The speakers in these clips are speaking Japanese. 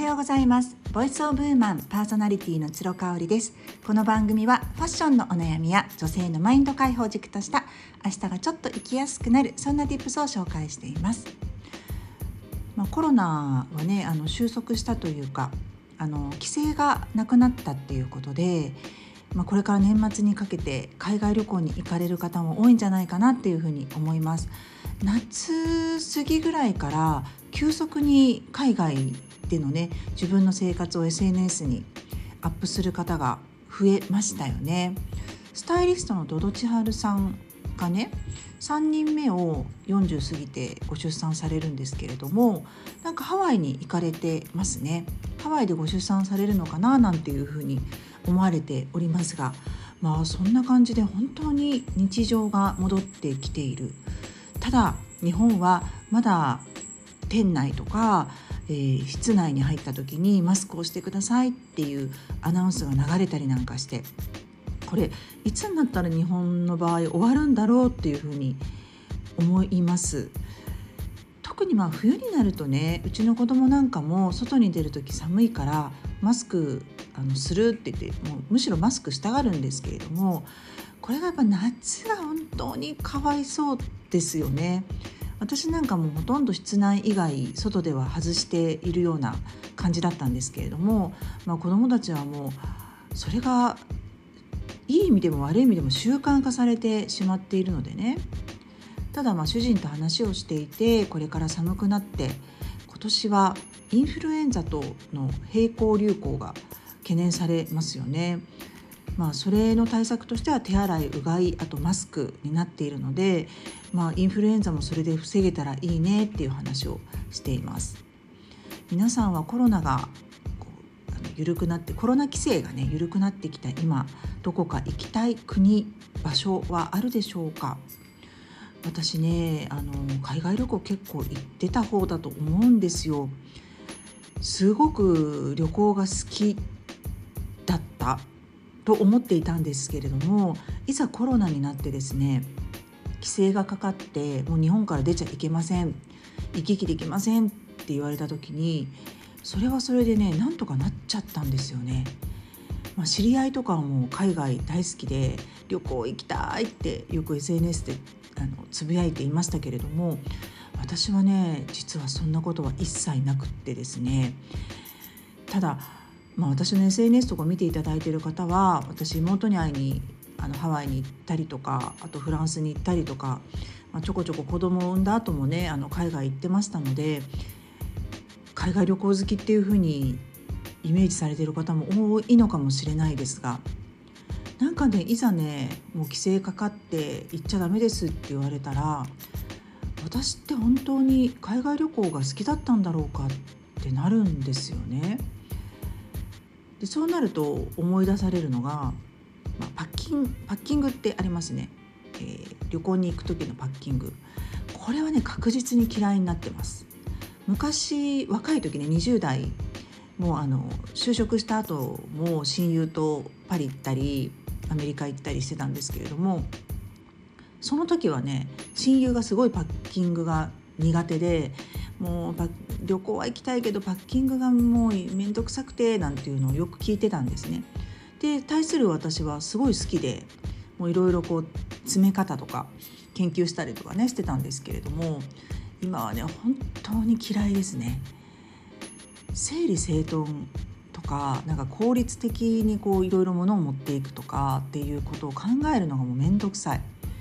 はようございます。ボイスオブウーマンパーソナリティの鶴香織です。この番組はファッションのお悩みや女性のマインド解放軸とした明日がちょっと生きやすくなる、そんな Tips を紹介しています。コロナはね収束したというか規制がなくなったっていうことで、これから年末にかけて海外旅行に行かれる方も多いんじゃないかなっていうふうに思います。夏過ぎぐらいから急速に海外でのね自分の生活を SNS にアップする方が増えましたよね。スタイリストのドド千春さんがね3人目を40過ぎてご出産されるんですけれども、ハワイに行かれてますね。ハワイでご出産されるのかななんていうふうに思われておりますが、そんな感じで本当に日常が戻ってきている。ただ日本はまだ店内とか、室内に入った時にマスクをしてくださいっていうアナウンスが流れたりなんかして、これいつになったら日本の場合終わるんだろうっていうふうに思います。特に冬になるとね、うちの子供なんかも外に出る時寒いからマスクするって言ってむしろマスクしたがるんですけれども、これがやっぱ夏が本当にかわいそうですよね。私なんかもほとんど室内以外外では外しているような感じだったんですけれども、子どもたちはもうそれがいい意味でも悪い意味でも習慣化されてしまっているのでね。ただ主人と話をしていて、これから寒くなって今年はインフルエンザとの並行流行が懸念されますよね。それの対策としては手洗い、うがい、あとマスクになっているので、インフルエンザもそれで防げたらいいねっていう話をしています。皆さんはコロナが緩くなって、コロナ規制がね緩くなってきた今、どこか行きたい国、場所はあるでしょうか？私ね海外旅行結構行ってた方だと思うんですよ。すごく旅行が好きだったと思っていたんですけれども、いざコロナになってですね、規制がかかってもう日本から出ちゃいけません、行き来できませんって言われた時に、それはそれでねなんとかなっちゃったんですよね。知り合いとかはもう海外大好きで旅行行きたいってよく SNS でつぶやいていましたけれども、私はね実はそんなことは一切なくってですね。ただ私の SNS とか見ていただいている方は、私妹に会いにハワイに行ったりとか、あとフランスに行ったりとか、ちょこちょこ子供を産んだ後もね海外行ってましたので、海外旅行好きっていう風にイメージされている方も多いのかもしれないですが、いざねもう規制かかって行っちゃダメですって言われたら、私って本当に海外旅行が好きだったんだろうかってなるんですよね。でそうなると思い出されるのが、パッキングってありますね。旅行に行く時のパッキング、これはね確実に嫌いになってます。昔若い時ね20代もう就職した後も親友とパリ行ったりアメリカ行ったりしてたんですけれども、その時はね親友がすごいパッキングが苦手で、もう旅行は行きたいけどパッキングがもうめんどくさくてなんていうのをよく聞いてたんですね。で対する私はすごい好きで、もういろいろ詰め方とか研究したりとかねしてたんですけれども、今はね本当に嫌いですね。整理整頓とか効率的にいろいろ物を持っていくとかっていうことを考えるのがもうめんどくさい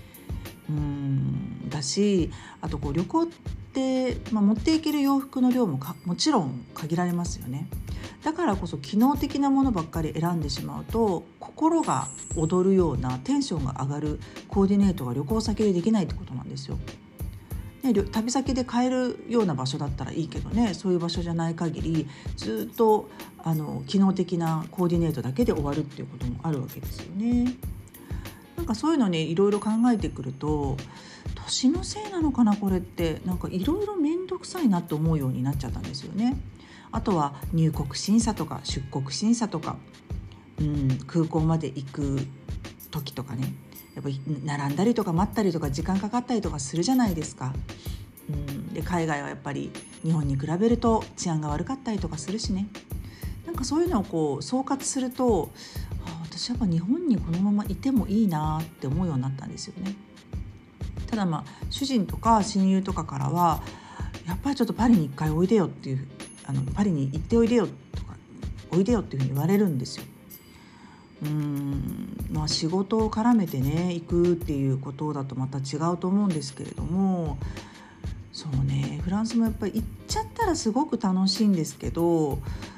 だし、あと旅行って、持っていける洋服の量ももちろん限られますよね。だからこそ機能的なものばっかり選んでしまうと、心が躍るようなテンションが上がるコーディネートが旅行先でできないってことなんですよ。旅先で買えるような場所だったらいいけどね、そういう場所じゃない限りずっと機能的なコーディネートだけで終わるっていうこともあるわけですよね。そういうのねいろいろ考えてくると、年のせいなのかなこれって、いろいろ面倒くさいなと思うようになっちゃったんですよね。あとは入国審査とか出国審査とか、空港まで行く時とかね、やっぱり並んだりとか待ったりとか時間かかったりとかするじゃないですか。 で海外はやっぱり日本に比べると治安が悪かったりとかするしね、なんかそういうのをこう総括すると、私やっぱ日本にこのままいてもいいなって思うようになったんですよね。ただ主人とか親友とかからはやっぱりちょっとパリに一回おいでよっていう、パリに行っておいでよとかおいでよっていうふうに言われるんですよ。仕事を絡めてね行くっていうことだとまた違うと思うんですけれども、そうね、フランスもやっぱり行っちゃったらすごく楽しいんですけど、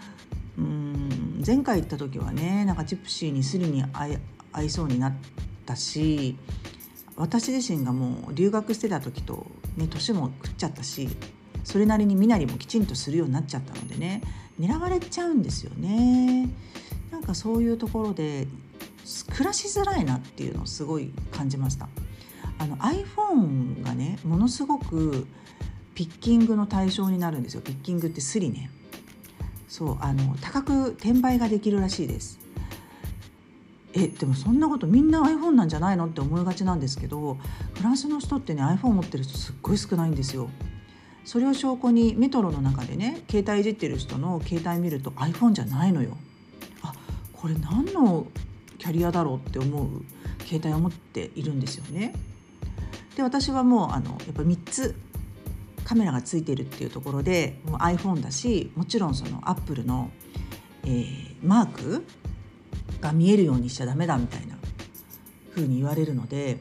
前回行った時はね、なんかジプシーにスリに会いそうになったし、私自身がもう留学してた時とね年も食っちゃったし、それなりに身なりもきちんとするようになっちゃったのでね、狙われちゃうんですよね。なんかそういうところで暮らしづらいなっていうのをすごい感じました。iPhone がねものすごくピッキングの対象になるんですよ。ピッキングってスリね。そう高く転売ができるらしいです。でもそんなことみんな iPhone なんじゃないのって思いがちなんですけど、フランスの人ってね iPhone 持ってる人すっごい少ないんですよ。それを証拠にメトロの中でね携帯いじってる人の携帯見ると iPhone じゃないのよ。これ何のキャリアだろうって思う携帯を持っているんですよね。で私はもうやっぱ3つカメラがついているっていうところでもう iPhone だし、もちろんその Apple の、マークが見えるようにしちゃダメだみたいな風に言われるので、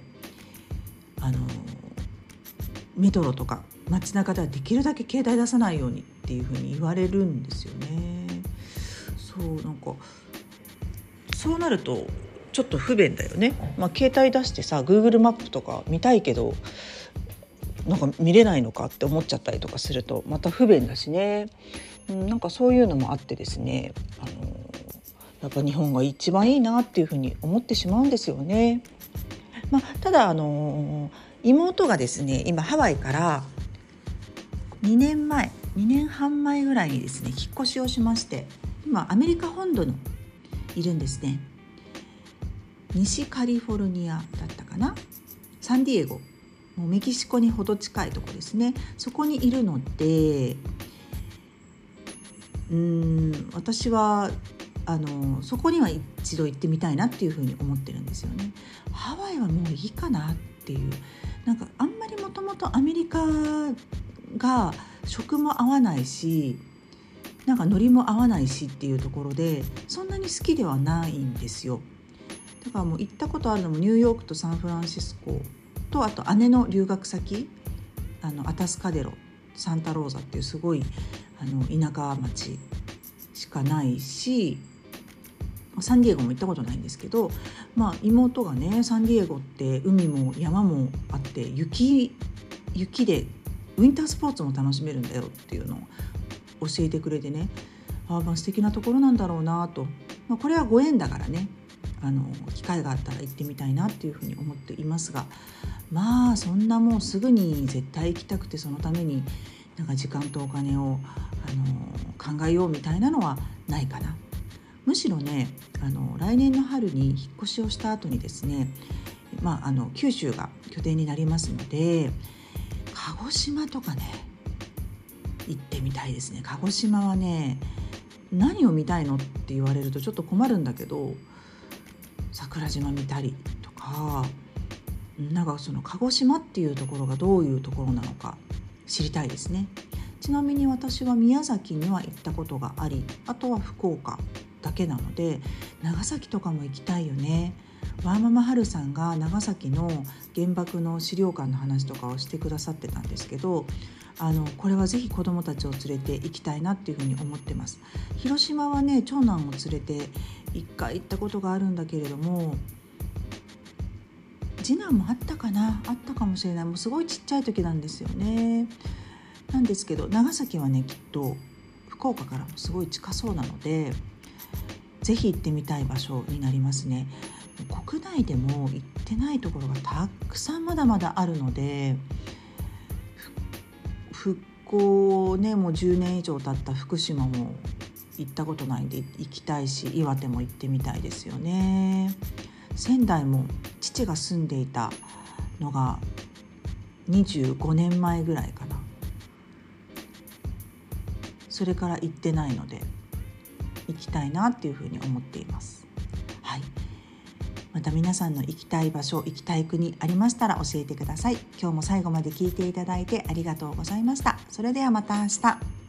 メトロとか街中ではできるだけ携帯出さないようにっていう風に言われるんですよね。なんかそうなるとちょっと不便だよね。携帯出してさ Google マップとか見たいけどなんか見れないのかって思っちゃったりとかするとまた不便だしね。なんかそういうのもあってですね、やっぱ日本が一番いいなっていうふうに思ってしまうんですよね。ただ妹がですね今ハワイから2年半前ぐらいにですね引っ越しをしまして、今アメリカ本土にいるんですね。西カリフォルニアだったかな、サンディエゴ、もうメキシコにほど近いところですね。そこにいるので私はそこには一度行ってみたいなっていうふうに思ってるんですよね。ハワイはもういいかなっていう、なんかあんまりもともとアメリカが食も合わないし、なんかノリも合わないしっていうところでそんなに好きではないんですよ。だからもう行ったことあるのもニューヨークとサンフランシスコと、あと姉の留学先アタスカデロサンタローザっていうすごい田舎町しかないし、サンディエゴも行ったことないんですけど、妹がねサンディエゴって海も山もあって雪でウィンタースポーツも楽しめるんだよっていうのを教えてくれてね、素敵なところなんだろうなと、これはご縁だからね機会があったら行ってみたいなっていうふうに思っていますが、そんなもうすぐに絶対行きたくてそのためになんか時間とお金を考えようみたいなのはないかな。むしろね来年の春に引っ越しをした後にですね、九州が拠点になりますので鹿児島とかね行ってみたいですね。鹿児島はね何を見たいのって言われるとちょっと困るんだけど、桜島見たりとか、なんかその鹿児島っていうところがどういうところなのか知りたいですね。ちなみに私は宮崎には行ったことがあり、あとは福岡だけなので、長崎とかも行きたいよね。ワーママハルさんが長崎の原爆の資料館の話とかをしてくださってたんですけど、これはぜひ子どもたちを連れて行きたいなっていうふうに思ってます。広島はね長男を連れて一回行ったことがあるんだけれども、次男もあったかもしれない。もうすごいちっちゃい時なんですよね。なんですけど長崎はねきっと福岡からもすごい近そうなのでぜひ行ってみたい場所になりますね。国内でも行ってないところがたくさんまだまだあるので、復興ねもう10年以上経った福島も行ったことないんで行きたいし、岩手も行ってみたいですよね。仙台も父が住んでいたのが25年前ぐらいかな。 それから行ってないので行きたいなっていうふうに思っています。はい、また皆さんの行きたい場所、行きたい国ありましたら教えてください。今日も最後まで聞いていただいてありがとうございました。それではまた明日。